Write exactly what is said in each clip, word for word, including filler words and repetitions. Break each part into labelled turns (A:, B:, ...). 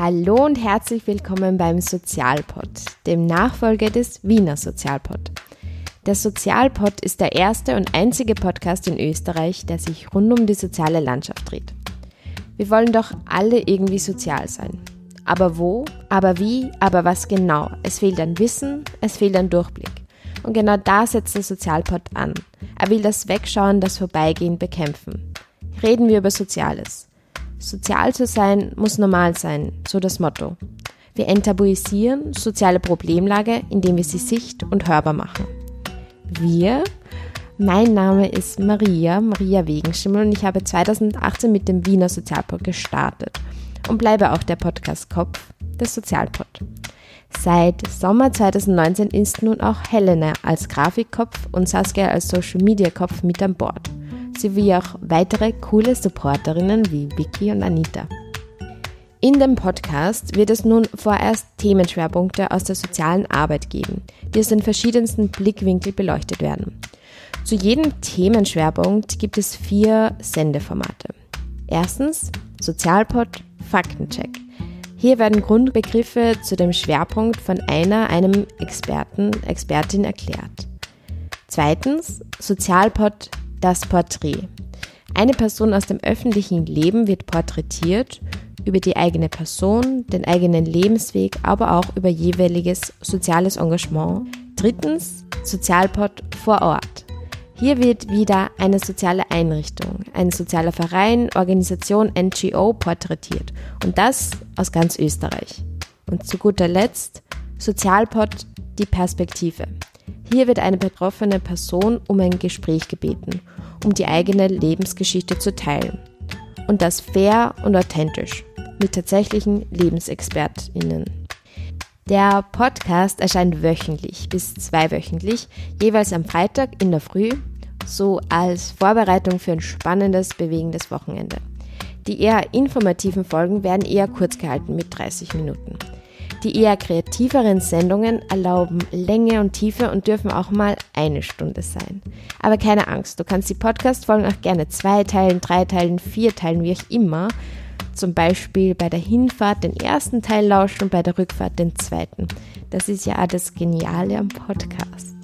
A: Hallo und herzlich willkommen beim Sozialpod, dem Nachfolger des Wiener Sozialpod. Der Sozialpod ist der erste und einzige Podcast in Österreich, der sich rund um die soziale Landschaft dreht. Wir wollen doch alle irgendwie sozial sein. Aber wo, aber wie, aber was genau? Es fehlt an Wissen, es fehlt an Durchblick. Und genau da setzt der Sozialpod an. Er will das Wegschauen, das Vorbeigehen bekämpfen. Reden wir über Soziales. Sozial zu sein muss normal sein, so das Motto. Wir enttabuisieren soziale Problemlage, indem wir sie sicht- und hörbar machen. Wir? Mein Name ist Maria, Maria Wegenschimmel und ich habe zweitausendachtzehn mit dem Wiener Sozialpod gestartet und bleibe auch der Podcast-Kopf des Sozialpod. Seit Sommer zweitausendneunzehn ist nun auch Helene als Grafikkopf und Saskia als Social-Media-Kopf mit an Bord. Sowie auch weitere coole Supporterinnen wie Vicky und Anita. In dem Podcast wird es nun vorerst Themenschwerpunkte aus der sozialen Arbeit geben, die aus den verschiedensten Blickwinkeln beleuchtet werden. Zu jedem Themenschwerpunkt gibt es vier Sendeformate. Erstens Sozialpod Faktencheck. Hier werden Grundbegriffe zu dem Schwerpunkt von einer, einem Experten, Expertin erklärt. Zweitens Sozialpod Das Porträt. Eine Person aus dem öffentlichen Leben wird porträtiert, über die eigene Person, den eigenen Lebensweg, aber auch über jeweiliges soziales Engagement. Drittens, Sozialpod vor Ort. Hier wird wieder eine soziale Einrichtung, ein sozialer Verein, Organisation, N G O porträtiert und das aus ganz Österreich. Und zu guter Letzt, Sozialpod die Perspektive. Hier wird eine betroffene Person um ein Gespräch gebeten, um die eigene Lebensgeschichte zu teilen. Und das fair und authentisch, mit tatsächlichen LebensexpertInnen. Der Podcast erscheint wöchentlich bis zweiwöchentlich, jeweils am Freitag in der Früh, so als Vorbereitung für ein spannendes, bewegendes Wochenende. Die eher informativen Folgen werden eher kurz gehalten mit dreißig Minuten. Die eher kreativeren Sendungen erlauben Länge und Tiefe und dürfen auch mal eine Stunde sein. Aber keine Angst, du kannst die Podcast-Folgen auch gerne zwei teilen, drei teilen, vier teilen, wie auch immer. Zum Beispiel bei der Hinfahrt den ersten Teil lauschen und bei der Rückfahrt den zweiten. Das ist ja das Geniale am Podcast.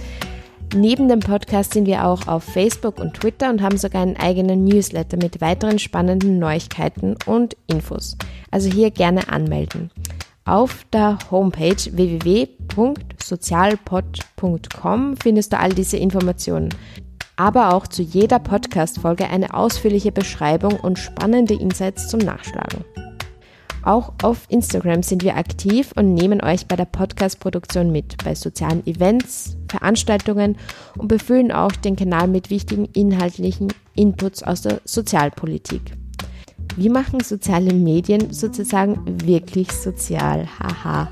A: Neben dem Podcast sind wir auch auf Facebook und Twitter und haben sogar einen eigenen Newsletter mit weiteren spannenden Neuigkeiten und Infos. Also hier gerne anmelden. Auf der Homepage w w w punkt sozialpod punkt com findest du all diese Informationen, aber auch zu jeder Podcast-Folge eine ausführliche Beschreibung und spannende Insights zum Nachschlagen. Auch auf Instagram sind wir aktiv und nehmen euch bei der Podcast-Produktion mit, bei sozialen Events, Veranstaltungen und befüllen auch den Kanal mit wichtigen inhaltlichen Inputs aus der Sozialpolitik. Wir machen soziale Medien sozusagen wirklich sozial, haha.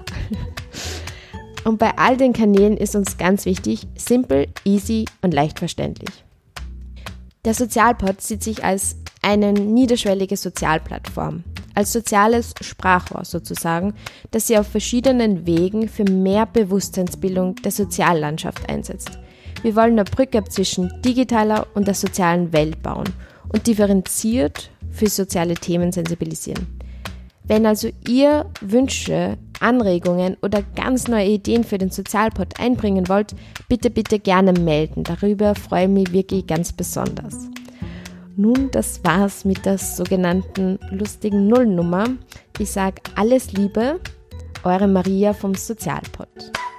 A: Und bei all den Kanälen ist uns ganz wichtig, simpel, easy und leicht verständlich. Der Sozialpod sieht sich als eine niederschwellige Sozialplattform, als soziales Sprachrohr sozusagen, das sie auf verschiedenen Wegen für mehr Bewusstseinsbildung der Soziallandschaft einsetzt. Wir wollen eine Brücke zwischen digitaler und der sozialen Welt bauen und differenziert für soziale Themen sensibilisieren. Wenn also ihr Wünsche, Anregungen oder ganz neue Ideen für den Sozialpod einbringen wollt, bitte, bitte gerne melden. Darüber freue ich mich wirklich ganz besonders. Nun, das war's mit der sogenannten lustigen Nullnummer. Ich sage alles Liebe, eure Maria vom Sozialpod.